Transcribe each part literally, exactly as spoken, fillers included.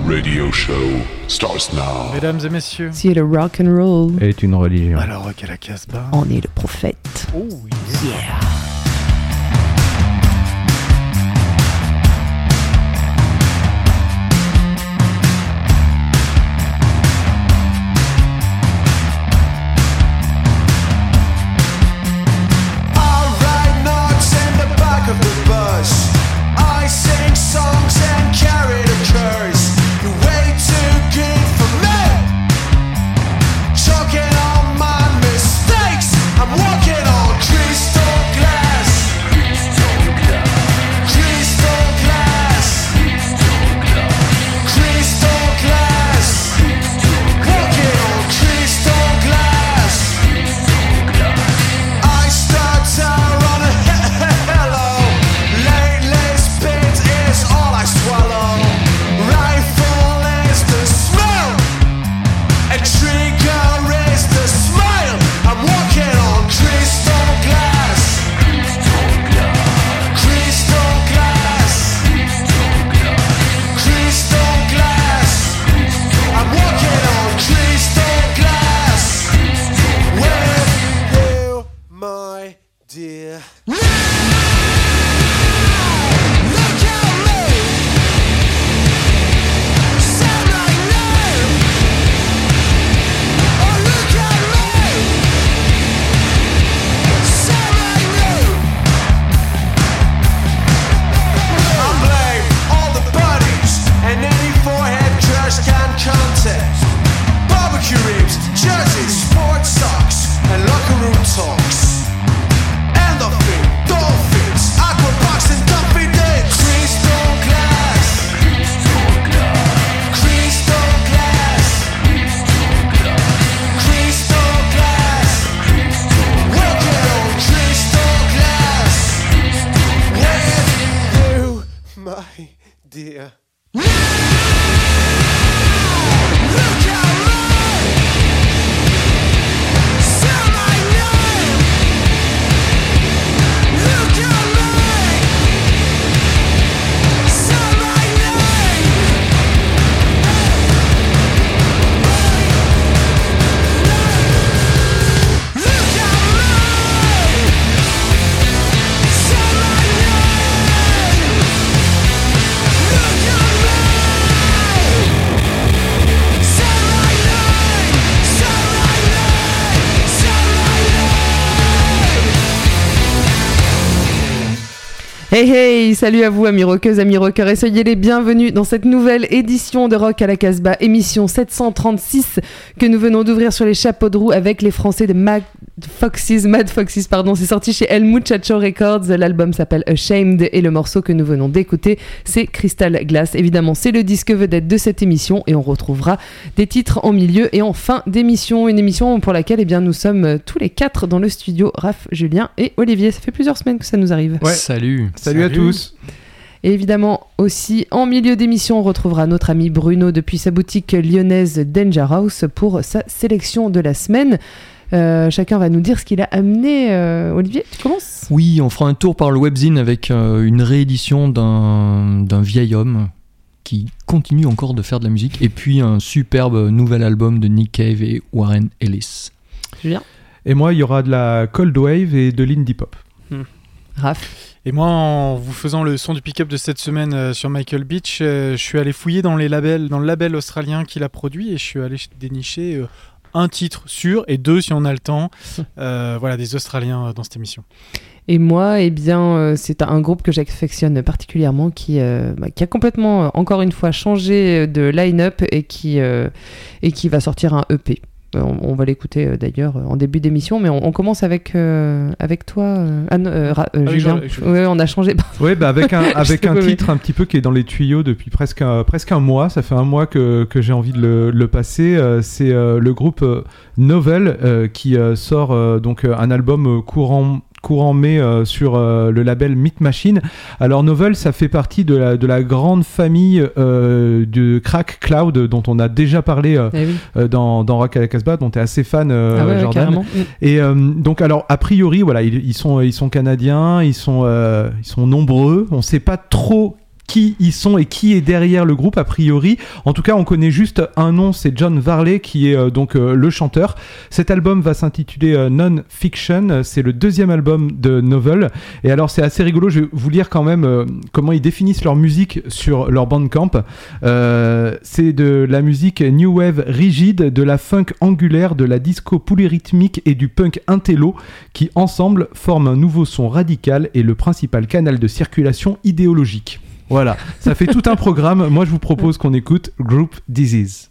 radio show starts now. Mesdames et messieurs, si le rock and roll est une religion, alors rock à la Casbah, on est le prophète. Oh yeah, yeah. Hey hey, salut à vous amis rockeuses, amis rockeurs et soyez les bienvenus dans cette nouvelle édition de Rock à la Casbah, émission sept cent trente-six que nous venons d'ouvrir sur les chapeaux de roue avec les Français de Mad Foxes, Mad Foxes pardon, c'est sorti chez El Muchacho Records, l'album s'appelle Ashamed et le morceau que nous venons d'écouter c'est Crystal Glass, évidemment c'est le disque vedette de cette émission et on retrouvera des titres en milieu et en fin d'émission, une émission pour laquelle eh bien, nous sommes tous les quatre dans le studio, Raph, Julien et Olivier, ça fait plusieurs semaines que ça nous arrive. Ouais. Salut. Salut, Salut à tous. Et évidemment aussi en milieu d'émission on retrouvera notre ami Bruno depuis sa boutique lyonnaise Danger House pour sa sélection de la semaine. Euh, chacun va nous dire ce qu'il a amené. euh, Olivier, tu commences ? Oui, on fera un tour par le webzine avec euh, une réédition d'un, d'un vieil homme qui continue encore de faire de la musique et puis un superbe nouvel album de Nick Cave et Warren Ellis. Julien ? Et moi il y aura de la cold wave et de l'indie pop. hmm. Raph ? Et moi, en vous faisant le son du pick-up de cette semaine euh, sur Michael Beach, euh, je suis allé fouiller dans, les labels, dans le label australien qu'il a produit et je suis allé dénicher euh, un titre sûr et deux si on a le temps. Euh, voilà, des Australiens euh, dans cette émission. Et moi, eh bien, euh, c'est un groupe que j'affectionne particulièrement qui, euh, bah, qui a complètement, euh, encore une fois, changé de line-up et qui, euh, et qui va sortir un E P. On, on va l'écouter euh, d'ailleurs en début d'émission, mais on, on commence avec, euh, avec toi, euh, Anne, euh, Ra- euh, ah, Julien. Oui, je... Ouais, on a changé. Ouais, bah avec un, avec un oui, titre oui. un petit peu qui est dans les tuyaux depuis presque un, presque un mois. Ça fait un mois que, que j'ai envie de le, le passer. Euh, c'est euh, le groupe euh, Novel euh, qui euh, sort euh, donc euh, un album euh, courant. courant mai euh, sur euh, le label Meat Machine. Alors Novel, ça fait partie de la, de la grande famille euh, de Crack Cloud dont on a déjà parlé euh, eh oui. euh, dans, dans Rock à la Casbah, dont tu es assez fan, euh, ah ouais, Jordan. Ouais, et euh, donc alors a priori, voilà, ils, ils sont ils sont canadiens, ils sont euh, ils sont nombreux. On sait pas trop qui ils sont et qui est derrière le groupe a priori. En tout cas, on connaît juste un nom, c'est John Varley qui est euh, donc euh, le chanteur. Cet album va s'intituler euh, Non-Fiction, c'est le deuxième album de Novel. Et alors c'est assez rigolo, je vais vous lire quand même euh, comment ils définissent leur musique sur leur Bandcamp. Euh, c'est de la musique new wave rigide, de la funk angulaire, de la disco polyrythmique et du punk intello qui ensemble forment un nouveau son radical et le principal canal de circulation idéologique. Voilà, ça fait tout un programme. Moi, je vous propose qu'on écoute Group Disease.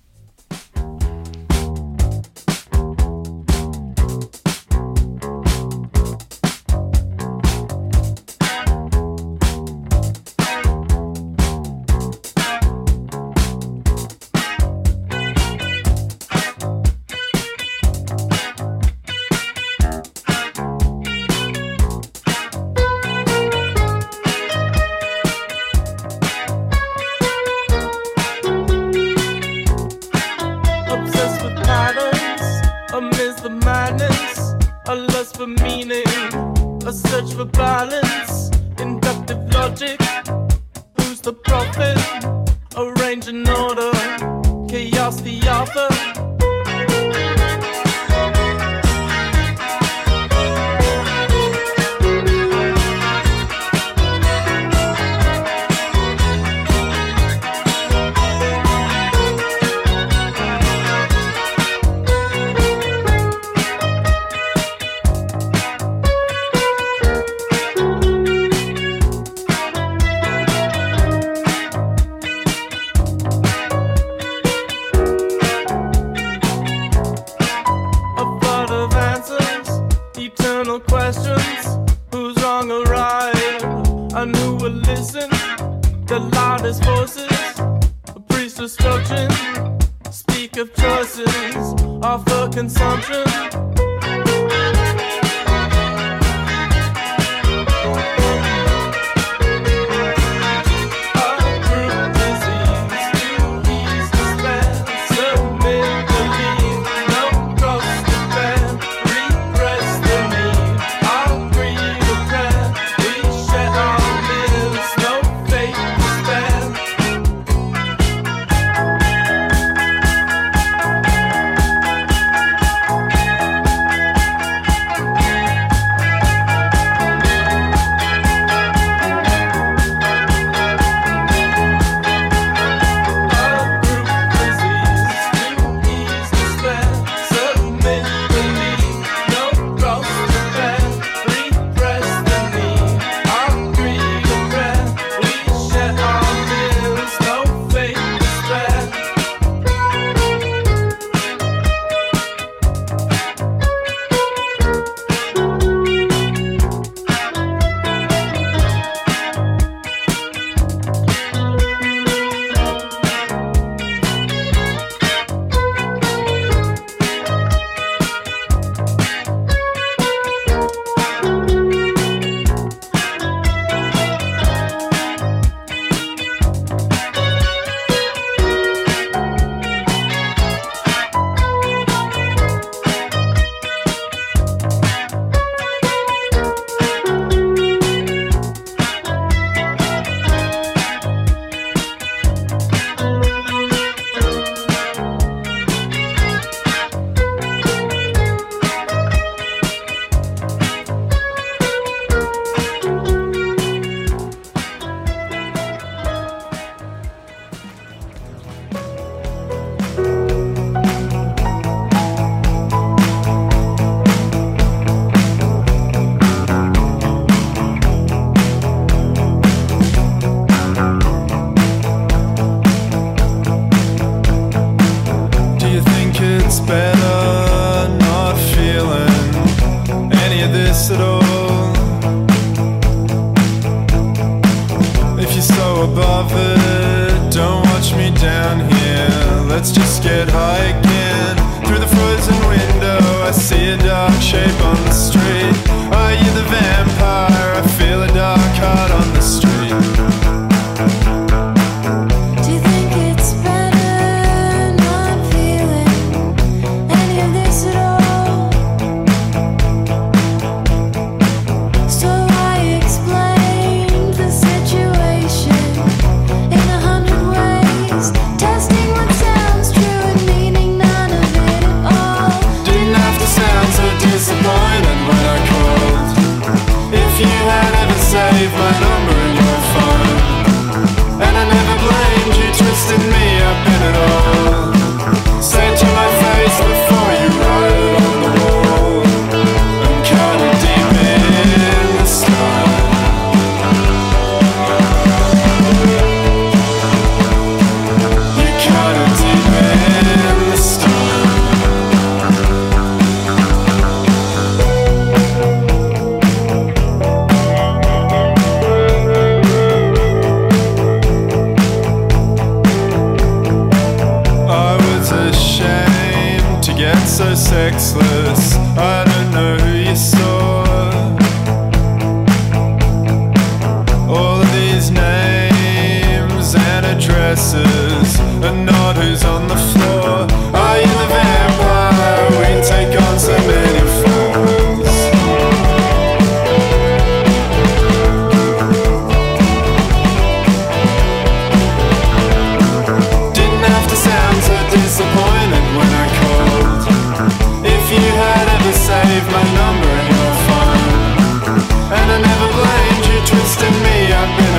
So I explained the situation.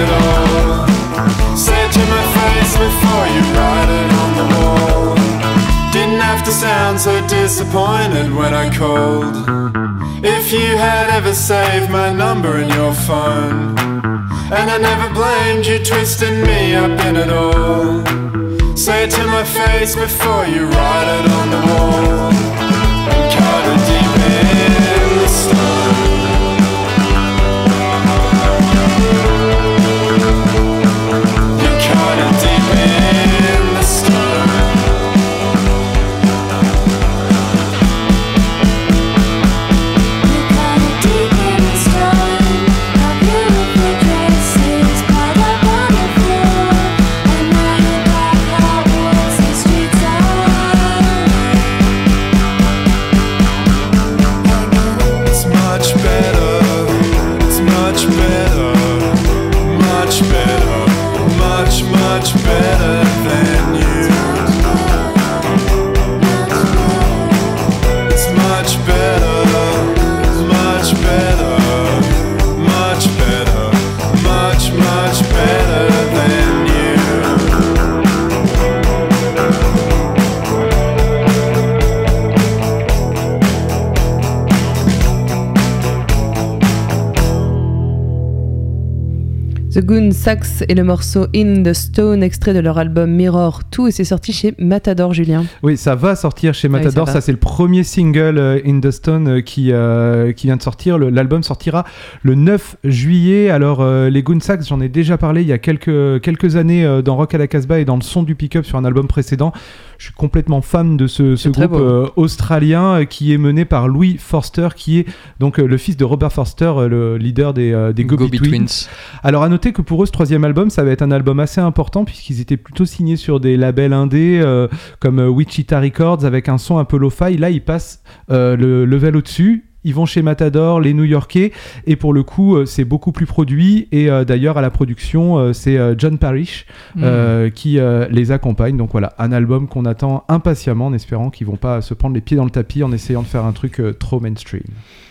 it all. Say it to my face before you write it on the wall. Didn't have to sound so disappointed when I called. If you had ever saved my number in your phone, and I never blamed you twisting me up in it all. Say it to my face before you write it on the wall. I'm kinda deep in the stone. You're kinda deep in the stone. The Goon Sax et le morceau In the Stone, extrait de leur album Mirror deux, et c'est sorti chez Matador, Julien. Oui, ça va sortir chez Matador. Ah oui, ça, ça c'est le premier single euh, In the Stone euh, qui, euh, qui vient de sortir. Le, l'album sortira le neuf juillet. Alors, euh, les Goon Sax, j'en ai déjà parlé il y a quelques, quelques années euh, dans Rock à la Casbah et dans le son du pick-up sur un album précédent. Je suis complètement fan de ce, ce groupe euh, australien euh, qui est mené par Louis Forster, qui est donc euh, le fils de Robert Forster, euh, le leader des, euh, des Gobi, Gobi Twins. Twins. Alors à noter que pour eux, ce troisième album, ça va être un album assez important puisqu'ils étaient plutôt signés sur des labels indés euh, comme euh, Wichita Records avec un son un peu lo-fi. Là, ils passent euh, le level au-dessus. Ils vont chez Matador, les New-Yorkais, et pour le coup, euh, c'est beaucoup plus produit. Et euh, d'ailleurs, à la production, euh, c'est euh, John Parrish euh, mmh. qui euh, les accompagne. Donc voilà, un album qu'on attend impatiemment, en espérant qu'ils vont pas se prendre les pieds dans le tapis en essayant de faire un truc euh, trop mainstream.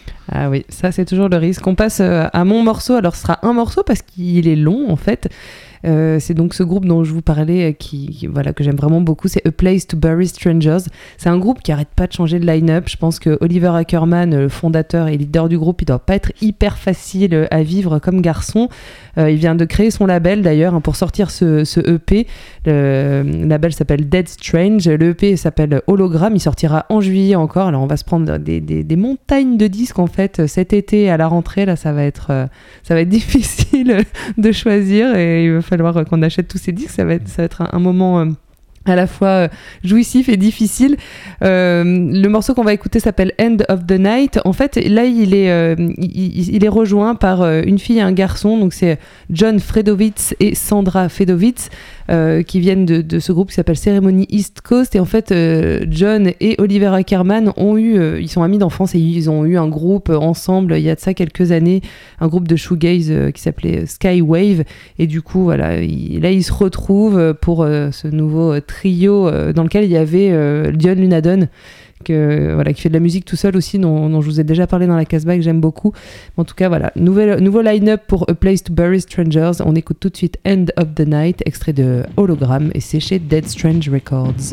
Ah oui, ça c'est toujours le risque. On passe euh, à mon morceau. Alors ce sera un morceau parce qu'il est long en fait. Euh, c'est donc ce groupe dont je vous parlais qui, qui, voilà, que j'aime vraiment beaucoup, c'est A Place to Bury Strangers. C'est un groupe qui arrête pas de changer de line-up. Je pense que Oliver Ackerman, le fondateur et leader du groupe, il doit pas être hyper facile à vivre comme garçon. Euh, il vient de créer son label d'ailleurs hein, pour sortir ce, ce E P. Le, le label s'appelle Dead Strange. Le E P s'appelle Hologram. Il sortira en juillet encore. Alors on va se prendre des, des, des montagnes de disques en fait cet été à la rentrée. Là, ça va être, euh, ça va être difficile de choisir et il va falloir qu'on achète tous ces disques. Ça va être, ça va être un, un moment... Euh, à la fois euh, jouissif et difficile. Euh, le morceau qu'on va écouter s'appelle End of the Night. En fait, là, il est, euh, il, il est rejoint par euh, une fille et un garçon. Donc, c'est John Fredowitz et Sandra Fedowitz euh, qui viennent de, de ce groupe qui s'appelle Ceremony East Coast. Et en fait, euh, John et Oliver Ackerman ont eu, euh, ils sont amis d'enfance et ils ont eu un groupe ensemble il y a de ça quelques années, un groupe de shoegaze euh, qui s'appelait Skywave. Et du coup, voilà, il, là, ils se retrouvent pour euh, ce nouveau euh, trio euh, dans lequel il y avait euh, Dion Lunadon que, voilà, qui fait de la musique tout seul aussi dont, dont je vous ai déjà parlé dans la Casbah que j'aime beaucoup. En tout cas voilà, Nouvelle, nouveau line-up pour A Place to Bury Strangers. On écoute tout de suite End of the Night, extrait de Hologram, et c'est chez Dead Strange Records.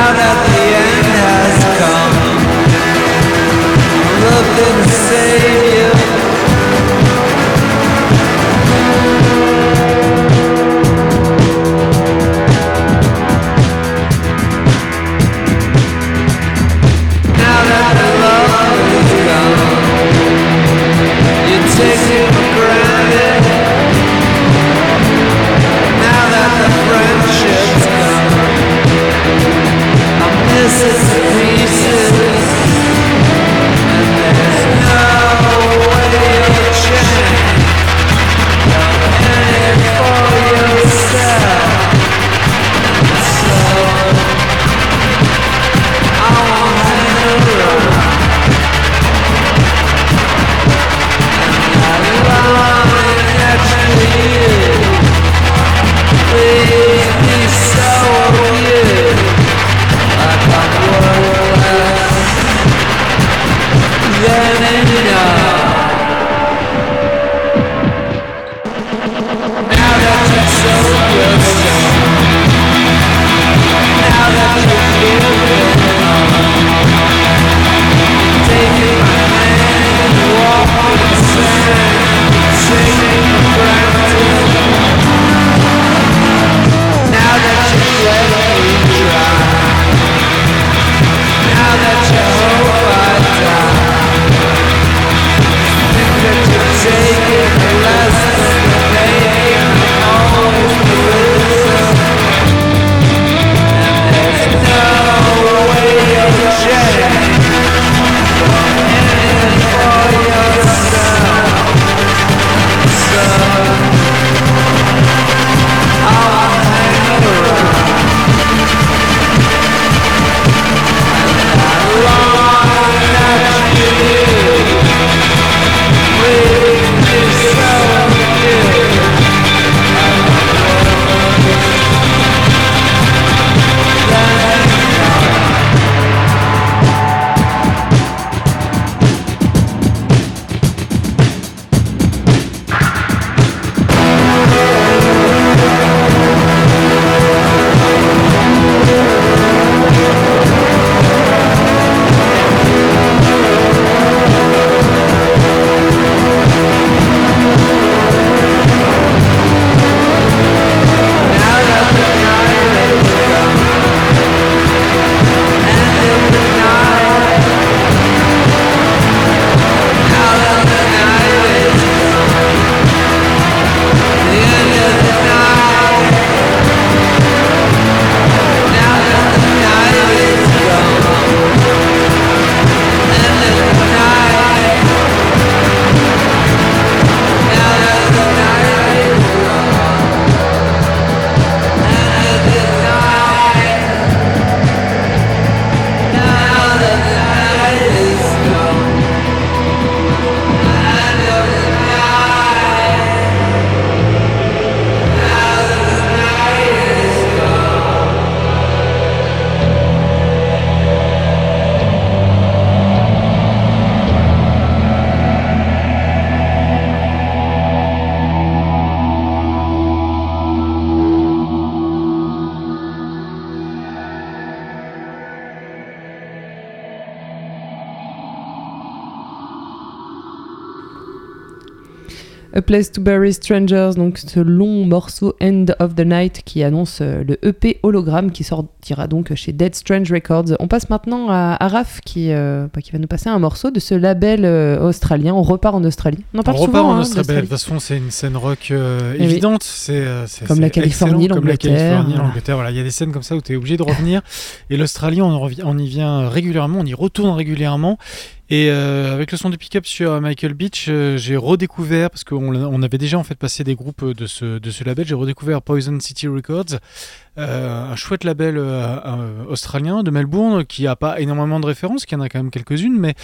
A Place to Bury Strangers, donc ce long morceau End of the Night qui annonce euh, le E P Hologramme qui sortira donc chez Dead Strange Records. On passe maintenant à, à Raph qui, euh, bah, qui va nous passer un morceau de ce label euh, australien. On repart en Australie. On en parle On repart souvent, en hein, Australie. d'Australie. De toute façon, c'est une scène rock euh, oui. évidente. C'est, euh, c'est, comme c'est la Californie, excellent, l'Angleterre. Comme la Californie, l'Angleterre. Voilà, il y a des scènes comme ça où tu es obligé de revenir. Et l'Australie, on, revient, on y vient régulièrement, on y retourne régulièrement. Et euh, avec le son du pick-up sur Michael Beach, euh, j'ai redécouvert, parce qu'on on avait déjà en fait passé des groupes de ce, de ce label, j'ai redécouvert Poison City Records, euh, un chouette label euh, euh, australien de Melbourne qui n'a pas énormément de références, qui en a quand même quelques-unes, mais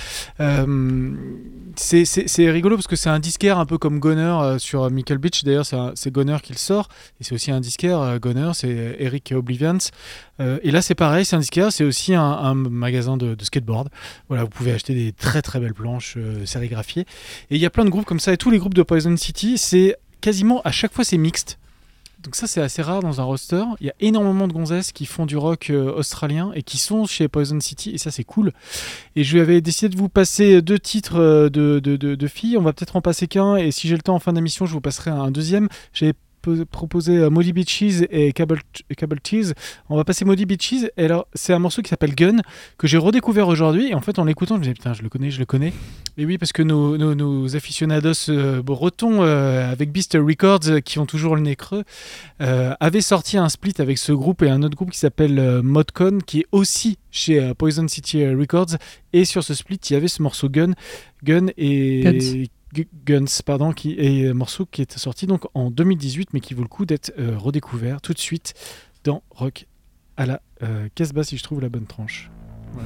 euh, c'est, c'est, c'est rigolo parce que c'est un disquaire un peu comme Goner euh, sur Michael Beach. D'ailleurs, c'est, un, c'est Goner qui le sort, et c'est aussi un disquaire, euh, Goner, c'est Eric Oblivians. Euh, et là, c'est pareil, c'est un disquaire, c'est aussi un, un magasin de, de skateboard. Voilà, vous pouvez acheter des très très belles planches euh, sérigraphiées. Et il y a plein de groupes comme ça, et tous les groupes de Poison City, c'est quasiment à chaque fois c'est mixte. donc ça c'est assez rare dans un roster. Il y a énormément de gonzesses qui font du rock euh, australien et qui sont chez Poison City, et ça c'est cool. Et je avais décidé de vous passer deux titres euh, de, de, de, de filles. On va peut-être en passer qu'un, et si j'ai le temps en fin d'émission, je vous passerai un deuxième. J'avais proposé euh, Maudie Beaches et Cable, Cable Tease. On va passer Maudie Beaches, et alors c'est un morceau qui s'appelle Gun, que j'ai redécouvert aujourd'hui, et en fait en l'écoutant je me disais putain je le connais, je le connais. Et oui, parce que nos, nos, nos aficionados euh, bretons euh, avec Beast Records, euh, qui ont toujours le nez creux, euh, avaient sorti un split avec ce groupe et un autre groupe qui s'appelle euh, Modcon, qui est aussi chez euh, Poison City Records, et sur ce split il y avait ce morceau Gun Gun et Guns. Guns, pardon, qui est un morceau qui est sorti donc en deux mille dix-huit, mais qui vaut le coup d'être euh, redécouvert tout de suite dans Rock à la euh, Casbah, si je trouve la bonne tranche. Voilà.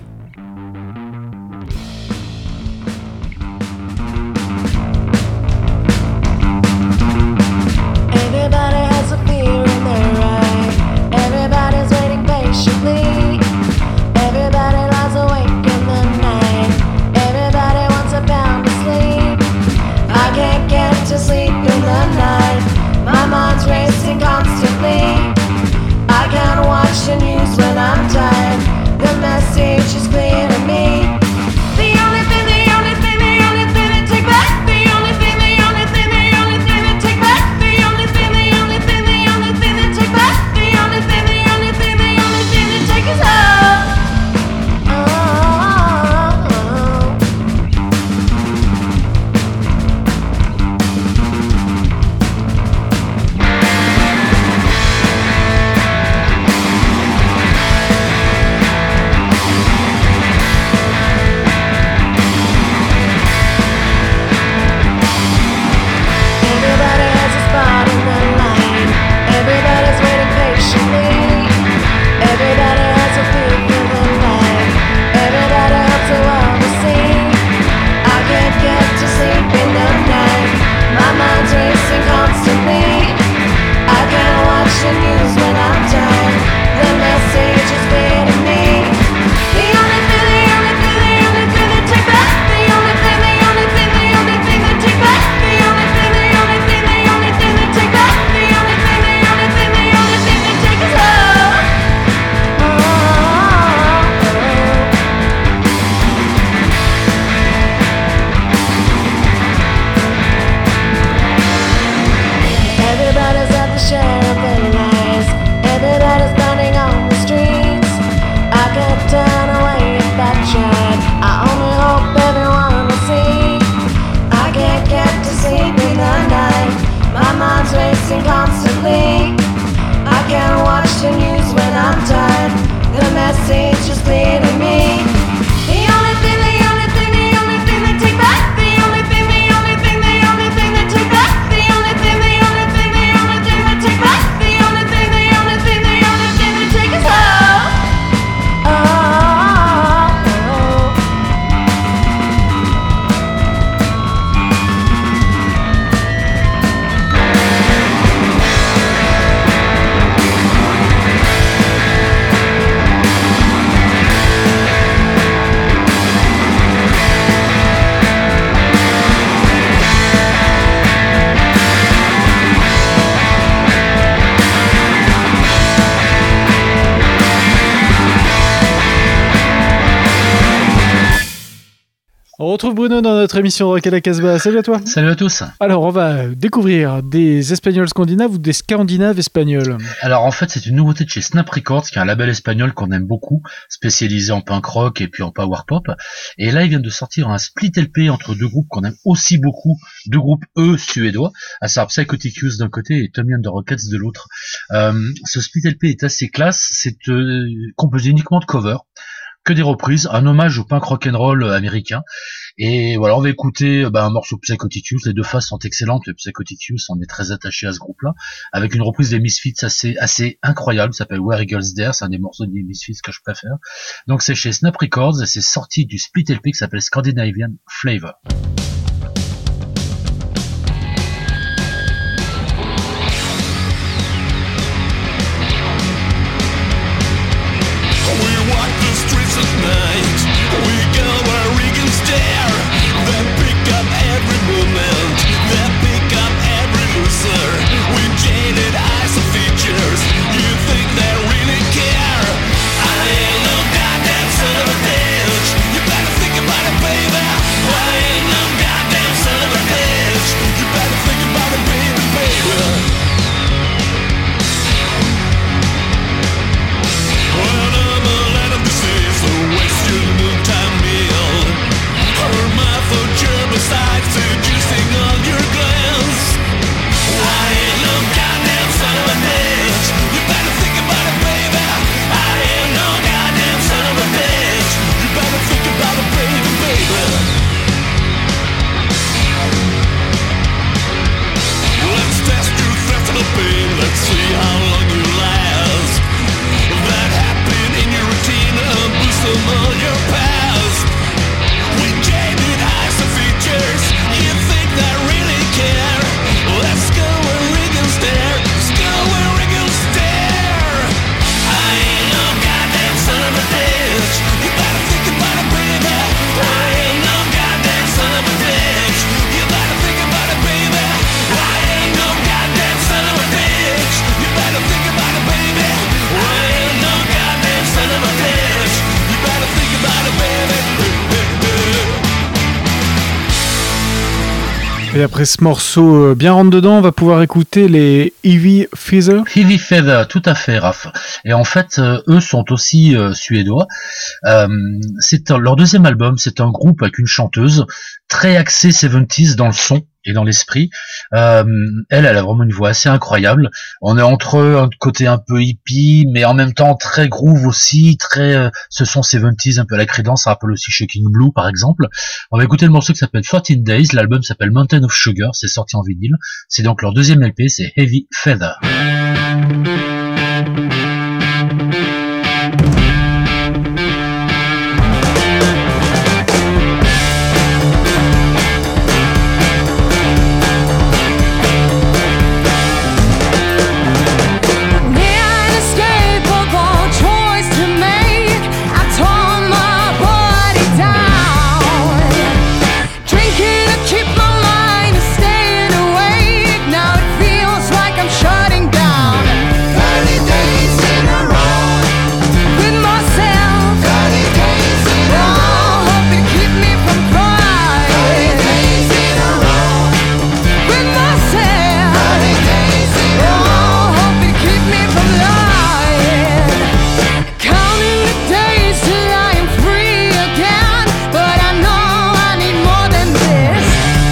Everybody has a fear in their eye. Everybody's waiting patiently. Everybody lies awake in the night. Everybody wants a pound of sleep. I can't get to sleep in the night. My mind's racing constantly. I can't watch the news when I'm tired. The message is clear to me. The only thing, the only thing, the only thing to take back. The only thing, the only thing, the only thing to take back. The only thing, the only thing, the only thing to take back. The only thing, the only thing, the only thing to take is home. Everybody has a spot in the line. Everybody's waiting patiently. Everybody has a feel for the night. Everybody hopes the world will see. I can't get to sleep in the night. My mind's racing constantly. I can't watch the news when I'm tired. The message is clear to me. The only thing, the only thing, the only thing to take back. The only thing, the only thing, the only thing to take back. The only thing, the only thing, the only thing to take back. The only thing, the only thing, the only thing to take is home. Everybody's at the share of their lives. Everybody's burning on the streets. I can't turn away if I tried. I only hope everyone will see. I can't get to sleep in the night. My mind's racing constantly. I can't watch the news when I'm tired. The message is clear to me. The only thing, the only thing, the only thing to take back. The only thing, the only thing, the only thing to take back. The only thing, the only thing, the only thing to take back. The only thing, the only thing, the only thing to take is home. Oh, oh, oh. On retrouve Bruno dans notre émission Rock à la Casbah. Salut à toi. Salut à tous. Alors on va découvrir des Espagnols scandinaves ou des Scandinaves espagnols. Alors en fait c'est une nouveauté de chez Snap Records, qui est un label espagnol qu'on aime beaucoup, spécialisé en punk rock et puis en power pop. Et là ils viennent de sortir un split L P entre deux groupes qu'on aime aussi beaucoup, deux groupes eux suédois, à savoir Psychotic Youth d'un côté et Tommy and the Rockets de l'autre. Euh, ce split L P est assez classe, c'est euh, composé uniquement de covers, que des reprises, un hommage au punk rock'n'roll américain. Et voilà, on va écouter bah, un morceau de Psychotic Youth. Les deux faces sont excellentes. Psychotic Youth, on est très attaché à ce groupe-là, avec une reprise des Misfits assez assez incroyable. Ça s'appelle Where Eagles Dare. C'est un des morceaux des Misfits que je préfère. Donc c'est chez Snap Records et c'est sorti du split L P qui s'appelle Scandinavian Flavor. Every movement, they pick up every loser. We jaded eyes of Et après ce morceau euh, bien rentre dedans, on va pouvoir écouter les Heavy Feather. Heavy Feather, tout à fait, Raph. Et en fait, euh, eux sont aussi euh, suédois. Euh, c'est un- leur deuxième album, c'est un groupe avec une chanteuse très axée soixante-dix dans le son et dans l'esprit. Euh, elle, elle a vraiment une voix assez incroyable. On est entre un côté un peu hippie, mais en même temps très groove aussi, très euh, ce son soixante-dix, un peu à la Creedence, ça rappelle aussi Shocking Blue par exemple. On va écouter le morceau qui s'appelle quatorze Days, l'album s'appelle Mountain of Sugar, c'est sorti en vinyle. C'est donc leur deuxième L P, c'est Heavy Feather. Inescapable choice to make. I tore my body down, drinking to keep my mind staying awake. Now it feels like I'm shutting down. Thirty days in a row with myself. Thirty days in a row, hoping to keep me from crying. Thirty days in a row with myself. Thirty days in a row, hoping to keep me from lying. Counting the days till I am free again, but I know I need more than this.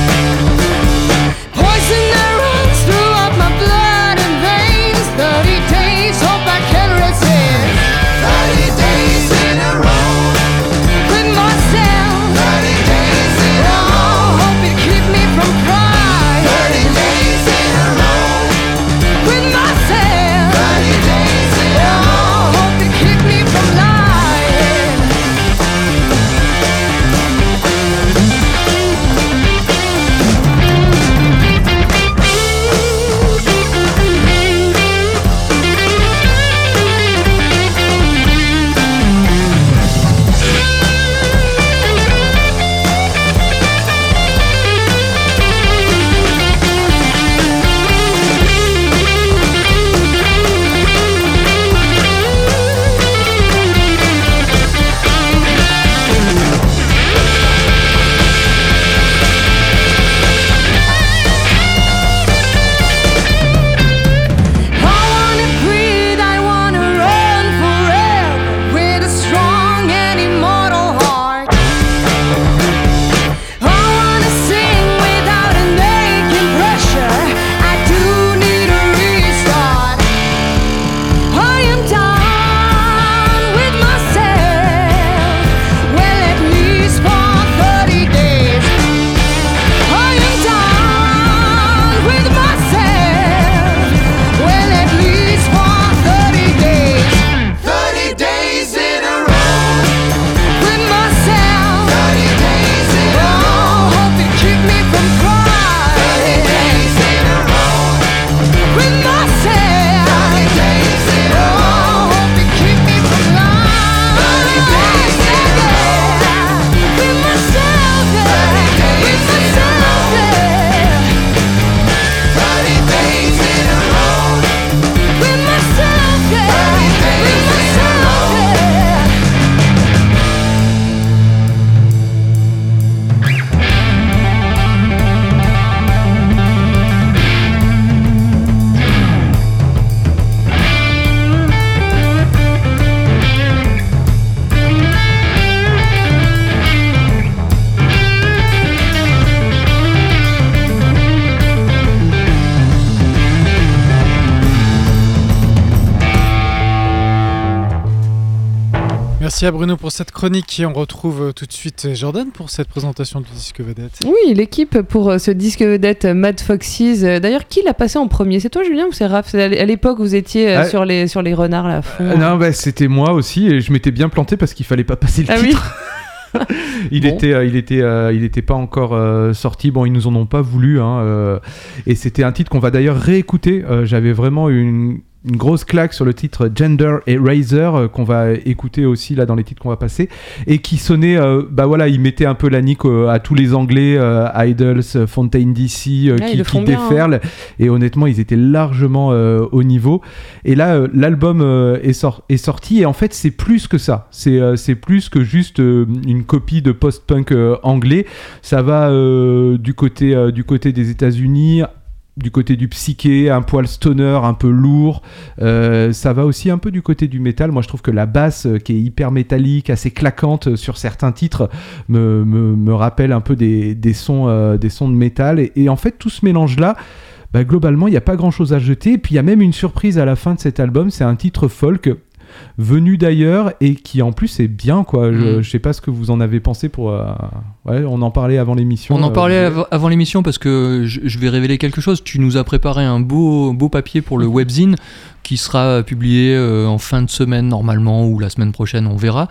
Poison that runs throughout my blood and veins. Thirty days, hope I can resist. Thirty days in a row with myself. Thirty days in a row, hoping to keep me from crying. Thirty days in a row with myself. Thirty days in a row, hoping to keep me from lying. I wanna breathe, I wanna run forever with a strong and immortal heart. I wanna sing without an aching pressure. I do need a restart. I am done with myself. Well, at least for thirty days. I am done with myself. Well, at least for thirty days. Thirty days in a row with myself. Thirty days in a row, hoping to keep me from crying. Thirty days in a row with myself. Thirty days in a row, hoping to keep me from lying. Thirty days in a row with myself. Thirty days in a row. Thirty days in a row with myself. Thirty days in a row. Merci à Bruno pour cette chronique et on retrouve euh, tout de suite Jordan pour cette présentation du disque vedette. Oui, l'équipe pour euh, ce disque vedette euh, Mad Foxes. Euh, D'ailleurs, qui l'a passé en premier? C'est toi, Julien, ou c'est Raph? C'est à l- à l'époque où vous étiez euh, Ah. sur, les, sur les renards là, à fond. Euh, non, bah, c'était moi aussi et je m'étais bien planté parce qu'il fallait pas passer le Ah oui. titre. il, Bon. était, euh, il était, euh, il était pas encore euh, sorti. Bon, ils nous en ont pas voulu. Hein, euh, et c'était un titre qu'on va d'ailleurs réécouter. Euh, J'avais vraiment une une grosse claque sur le titre Gender Eraser euh, qu'on va écouter aussi là dans les titres qu'on va passer et qui sonnait, euh, bah voilà, il mettait un peu la nique euh, à tous les Anglais, euh, Idols, Fontaine D C, euh, Ouais, ils qui, le qui font bien, déferlent et honnêtement ils étaient largement euh, au niveau. Et là euh, l'album euh, est, sor- est sorti et en fait c'est plus que ça, c'est, euh, c'est plus que juste euh, une copie de post-punk euh, anglais. Ça va euh, du côté euh, du côté des États-Unis, du côté du psyché, un poil stoner, un peu lourd. Euh, ça va aussi un peu du côté du métal. Moi, je trouve que la basse, euh, qui est hyper métallique, assez claquante euh, sur certains titres, me, me, me rappelle un peu des, des, sons, euh, des sons de métal. Et, et en fait, tout ce mélange-là, bah, globalement, il n'y a pas grand-chose à jeter. Et puis, il y a même une surprise à la fin de cet album. C'est un titre folk venu d'ailleurs et qui en plus est bien quoi. Je, Mm. je sais pas ce que vous en avez pensé pour euh, ouais, on en parlait avant l'émission. On en euh, parlait vous- av- avant l'émission parce que je, je vais révéler quelque chose. Tu nous as préparé un beau, beau papier pour le webzine qui sera publié euh, en fin de semaine normalement ou la semaine prochaine, on verra.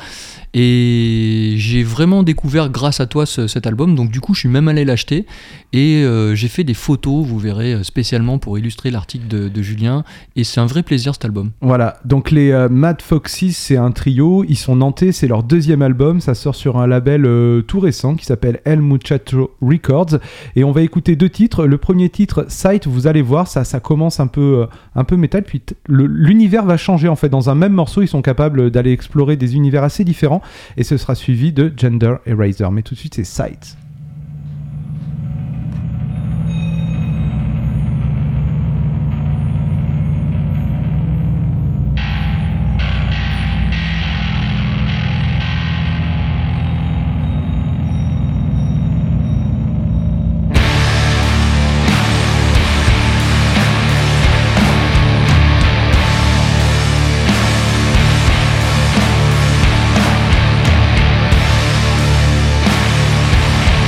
Et j'ai vraiment découvert grâce à toi ce- cet album, donc du coup je suis même allé l'acheter et euh, j'ai fait des photos, vous verrez, euh, spécialement pour illustrer l'article de, de Julien, et c'est un vrai plaisir cet album. Voilà, donc les euh, Mad Foxes, c'est un trio, ils sont nantais, c'est leur deuxième album, ça sort sur un label euh, tout récent qui s'appelle El Muchacho Records, et on va écouter deux titres. Le premier titre, Sight, vous allez voir, ça, ça commence un peu, euh, un peu métal, puis t- le- l'univers va changer en fait. Dans un même morceau, ils sont capables d'aller explorer des univers assez différents, et ce sera suivi de Gender Eraser. Mais tout de suite, c'est Sight. Sight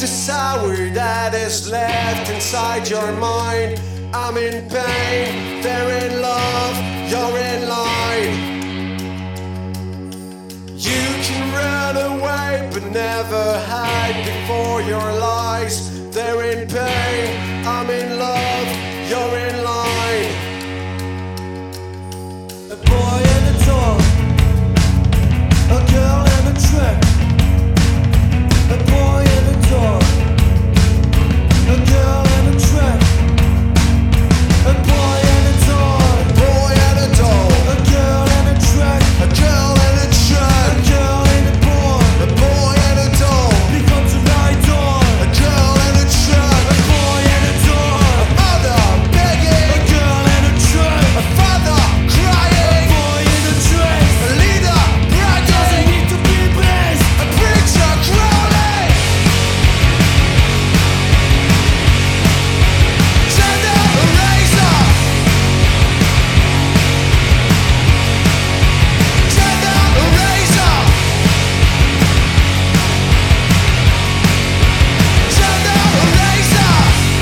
sour that is left inside your mind. I'm in pain, they're in love, you're in line. You can run away but never hide before your lies. They're in pain, I'm in love, you're in line. A boy and a dog, a girl and a trick. A boy and a dog, a girl and a trick. A boy and a dog, a boy and a dog, a girl and a trick. A girl and a trick, a girl and a boy, a boy and a dog becomes a night dawn. A girl and a trick, a boy and a dog, a mother begging, a girl and a trick, a father crying, a boy and a trick, a leader bragging, doesn't need to be blessed, a preacher crawling. Gender eraser. Gender eraser. Gender eraser.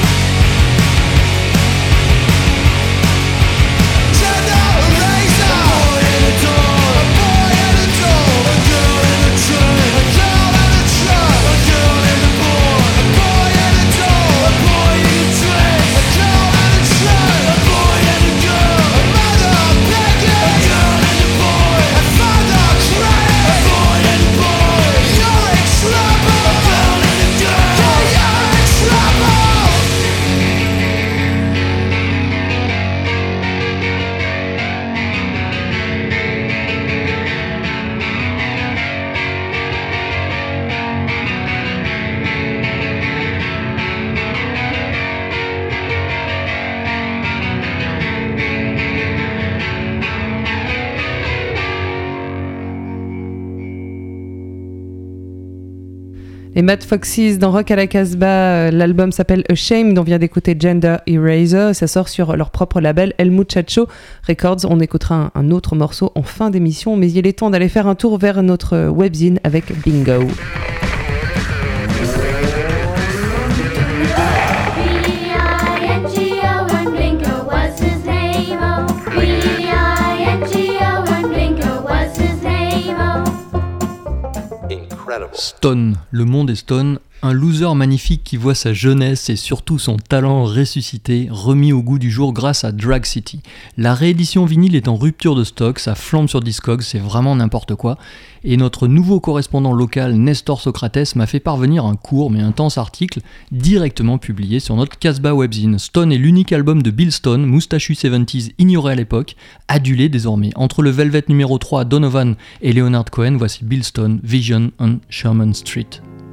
Gender eraser. A boy and a dog, a boy and a dog, a girl and a trick, a girl and a trick, a girl and a boy, a boy and a dog, a boy and a trick, a girl and a trick, a boy and a girl, a mother begging, a girl and a boy, a father crying, a boy and a boy, you're in trouble, a girl and a girl, yeah, you're in trouble. Les Mad Foxes dans Rock à la Casbah, euh, l'album s'appelle Ashamed, on vient d'écouter Gender Eraser, ça sort sur leur propre label El Muchacho Records. On écoutera un, un autre morceau en fin d'émission, mais il est temps d'aller faire un tour vers notre webzine avec Bingo. B I N G O and Blinker was his name, oh. B I N G O and Blinker was his name, oh. Stone, le monde est Stone, un loser magnifique qui voit sa jeunesse et surtout son talent ressuscité, remis au goût du jour grâce à Drag City. La réédition vinyle est en rupture de stock, ça flambe sur Discogs, c'est vraiment n'importe quoi. Et notre nouveau correspondant local, Nestor Socrates, m'a fait parvenir un court mais intense article directement publié sur notre Casbah webzine. Stone est l'unique album de Bill Stone, moustachu soixante-dix ignoré à l'époque, adulé désormais. Entre le Velvet numéro trois, Donovan et Leonard Cohen, voici Bill Stone, Vision on Sherman Street.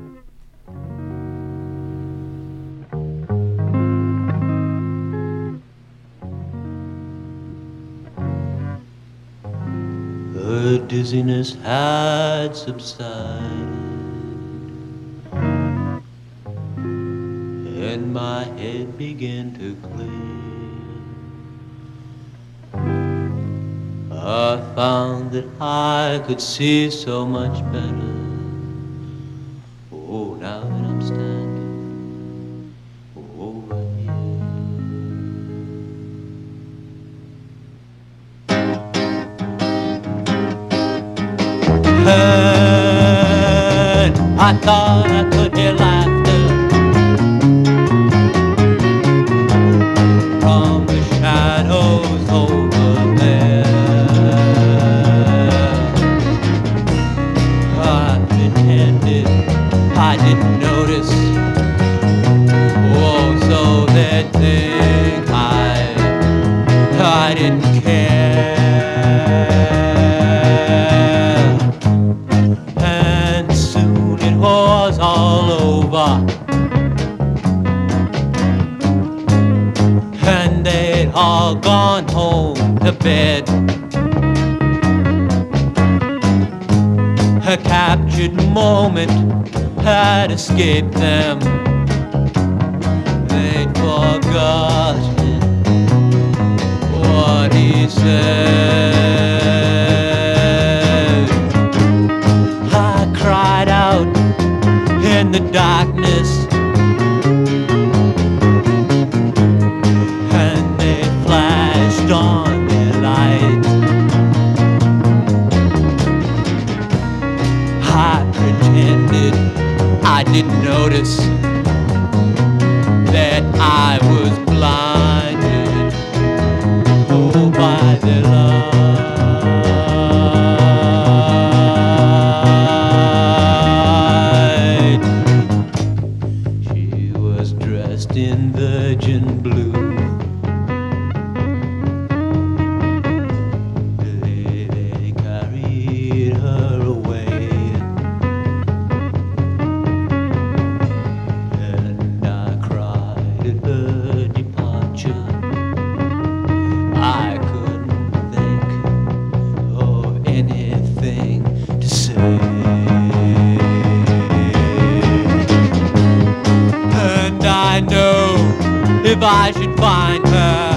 The dizziness had subsided, and my head began to clear. I found that I could see so much better. Oh, now that I'm standing over and I thought I could hear laughter from the shadows over there. I pretended I didn't notice. Oh, so they'd think I, I didn't care. Was all over, and they'd all gone home to bed. A captured moment had escaped them. They'd forgotten what he said. I cried out in the darkness, didn't notice that I was blinded, oh, by their light. She was dressed in virgin blue. They carried her away, and I cried at her departure. I couldn't think of anything to say. And I know if I should find her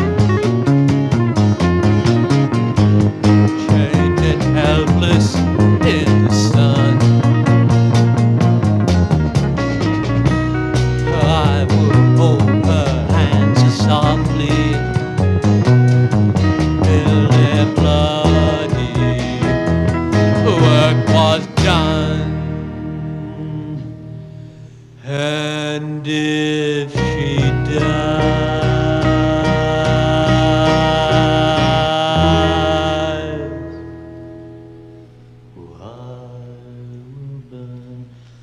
chained and helpless in the sun, I would hold her hands so softly till they're bloody. The work was done, and if she dies, I will burn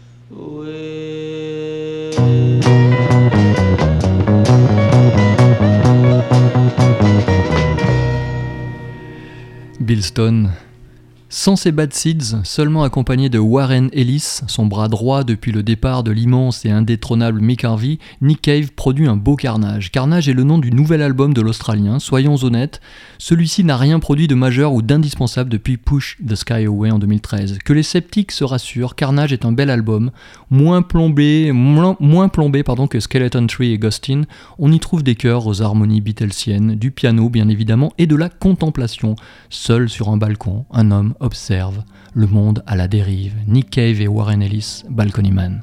Bill Stone. Sans ses Bad Seeds, seulement accompagné de Warren Ellis, son bras droit depuis le départ de l'immense et indétrônable Mick Harvey, Nick Cave produit un beau Carnage. Carnage est le nom du nouvel album de l'Australien, soyons honnêtes, celui-ci n'a rien produit de majeur ou d'indispensable depuis Push the Sky Away en deux mille treize. Que les sceptiques se rassurent, Carnage est un bel album, moins plombé, moins, moins plombé pardon, que Skeleton Tree et Ghostin. On y trouve des chœurs aux harmonies Beatlesiennes, du piano bien évidemment et de la contemplation. Seul sur un balcon, un homme observe le monde à la dérive. Nick Cave et Warren Ellis, Balcony Man.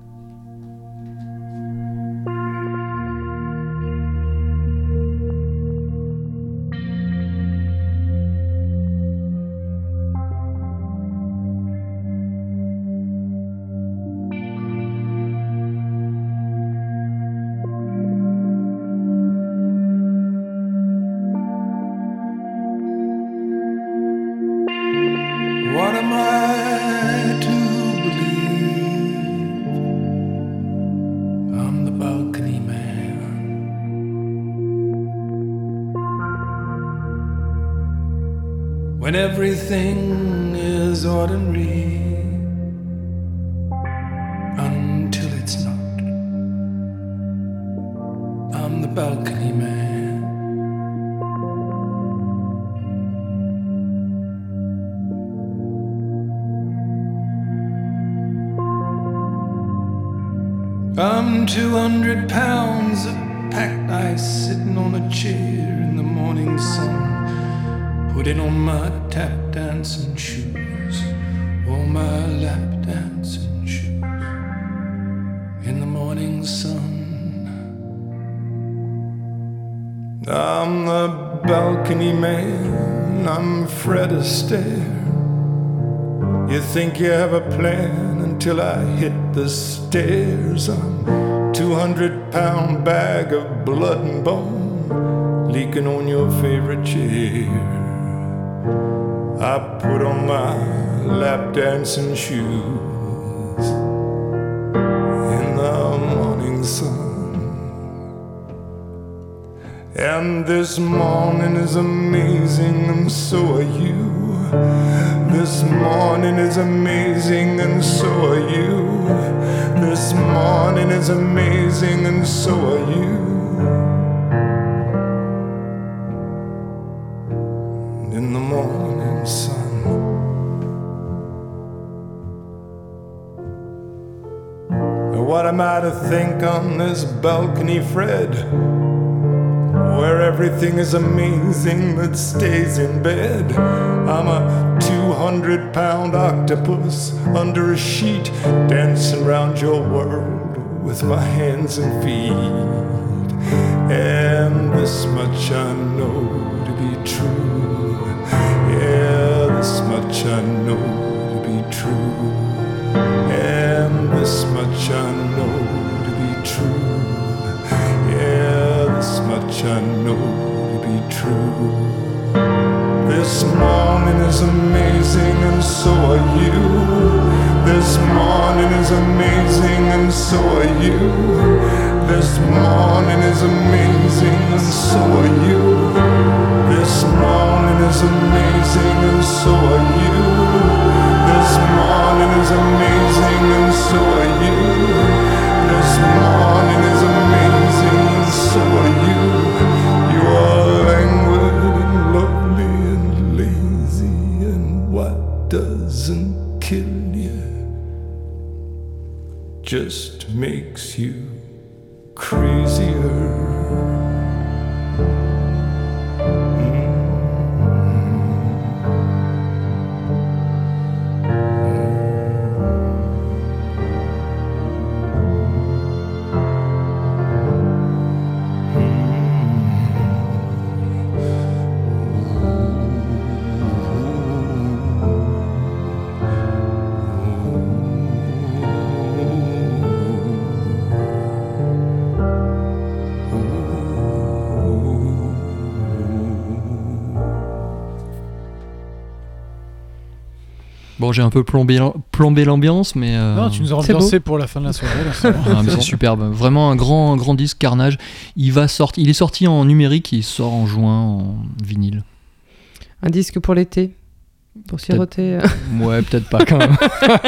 What am I to believe? I'm the balcony man. When everything is ordinary until it's not. I'm the balcony man. I'm two hundred pounds of packed ice sitting on a chair in the morning sun, putting on my tap dancing shoes, or my lap dancing shoes in the morning sun. I'm the balcony man, I'm Fred Astaire. You think you have a plan until I hit the stairs. I'm two hundred pound bag of blood and bone leaking on your favorite chair. I put on my lap dancing shoes in the morning sun. And this morning is amazing and so are you. This morning is amazing and so are you. This morning is amazing and so are you. In the morning sun. What am I to think on this balcony, Fred? Where everything is amazing that stays in bed. I'm a two hundred pound octopus under a sheet, dancing round your world with my hands and feet. And this much I know to be true. Yeah, this much I know to be true. And this much much I know to be true. Yeah, this much I know to be true. This morning is amazing and so are you. This morning is amazing and so are you. This morning is amazing and so are you. This morning is amazing and so are you. This morning is amazing and so are you. This morning is amazing and so are you. You are languid and lovely and lazy, and what doesn't kill you just makes you crazier. Bon, j'ai un peu plombé, plombé l'ambiance, mais... Euh, non, tu nous as ambiancé pour la fin de la soirée. Là, c'est, ah, mais c'est superbe. Vraiment un grand, un grand disque, Carnage. Il, va sorti, il est sorti en numérique, il sort en juin en vinyle. Un disque pour l'été, pour siroter. Ouais, peut-être pas quand même.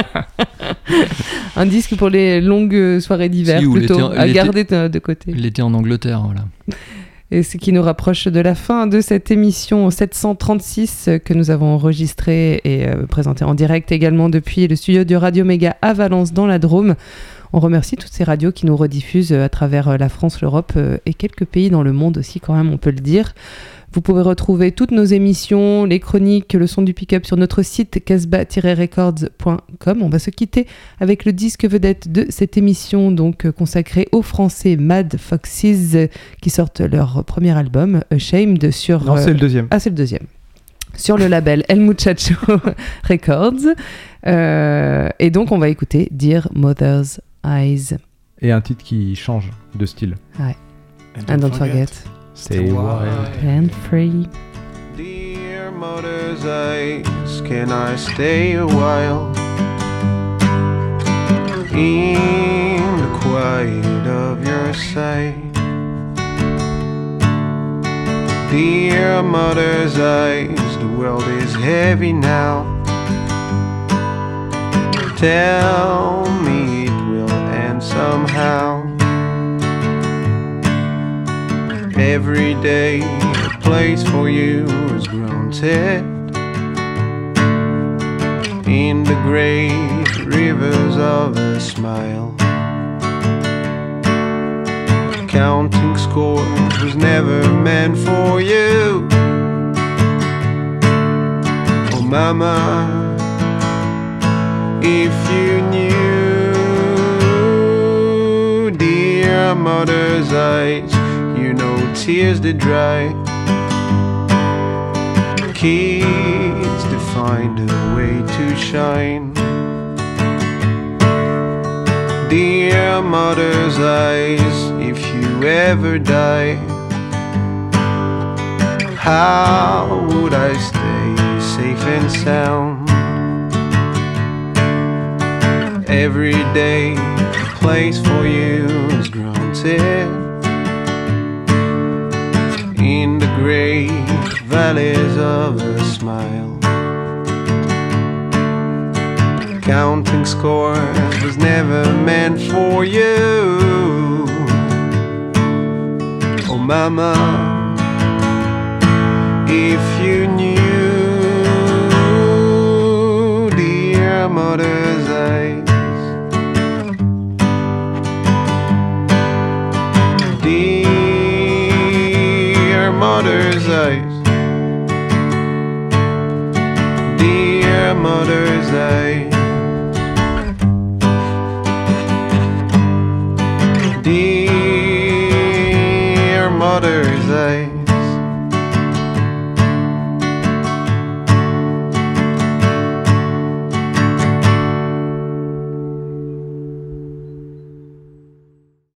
Un disque pour les longues soirées d'hiver, si, plutôt, l'été, à l'été, garder de, de côté. L'été en Angleterre, voilà. Et ce qui nous rapproche de la fin de cette émission sept cent trente-six que nous avons enregistrée et euh, présentée en direct également depuis le studio de Radio Méga à Valence dans la Drôme. On remercie toutes ces radios qui nous rediffusent à travers la France, l'Europe et quelques pays dans le monde aussi quand même, on peut le dire. Vous pouvez retrouver toutes nos émissions, les chroniques, le son du pick-up sur notre site casbah tiret records point com. On va se quitter avec le disque vedette de cette émission, donc consacrée aux Français Mad Foxes, qui sortent leur premier album, Ashamed, sur... Non, c'est le deuxième. Ah, c'est le deuxième. Sur le label El Muchacho Records. Euh, et donc, on va écouter Dear Mother's Eyes. Et un titre qui change de style. Ouais. And, And don't forget. forget. Stay wild and free. Dear mother's eyes, can I stay a while in the quiet of your sight? Dear mother's eyes, the world is heavy now. Tell me it will end somehow. Every day a place for you is granted in the great rivers of a smile. Counting scores was never meant for you. Oh mama, if you knew, dear mother's eyes, you know tears they dry. Kids to find a way to shine. Dear mother's eyes, if you ever die, how would I stay safe and sound? Every day a place for you is granted in the great valleys of a smile. Counting scores was never meant for you. Oh mama, if you knew, dear mother's eyes, dear mother's eyes, dear mother's eyes, dear mother's eyes.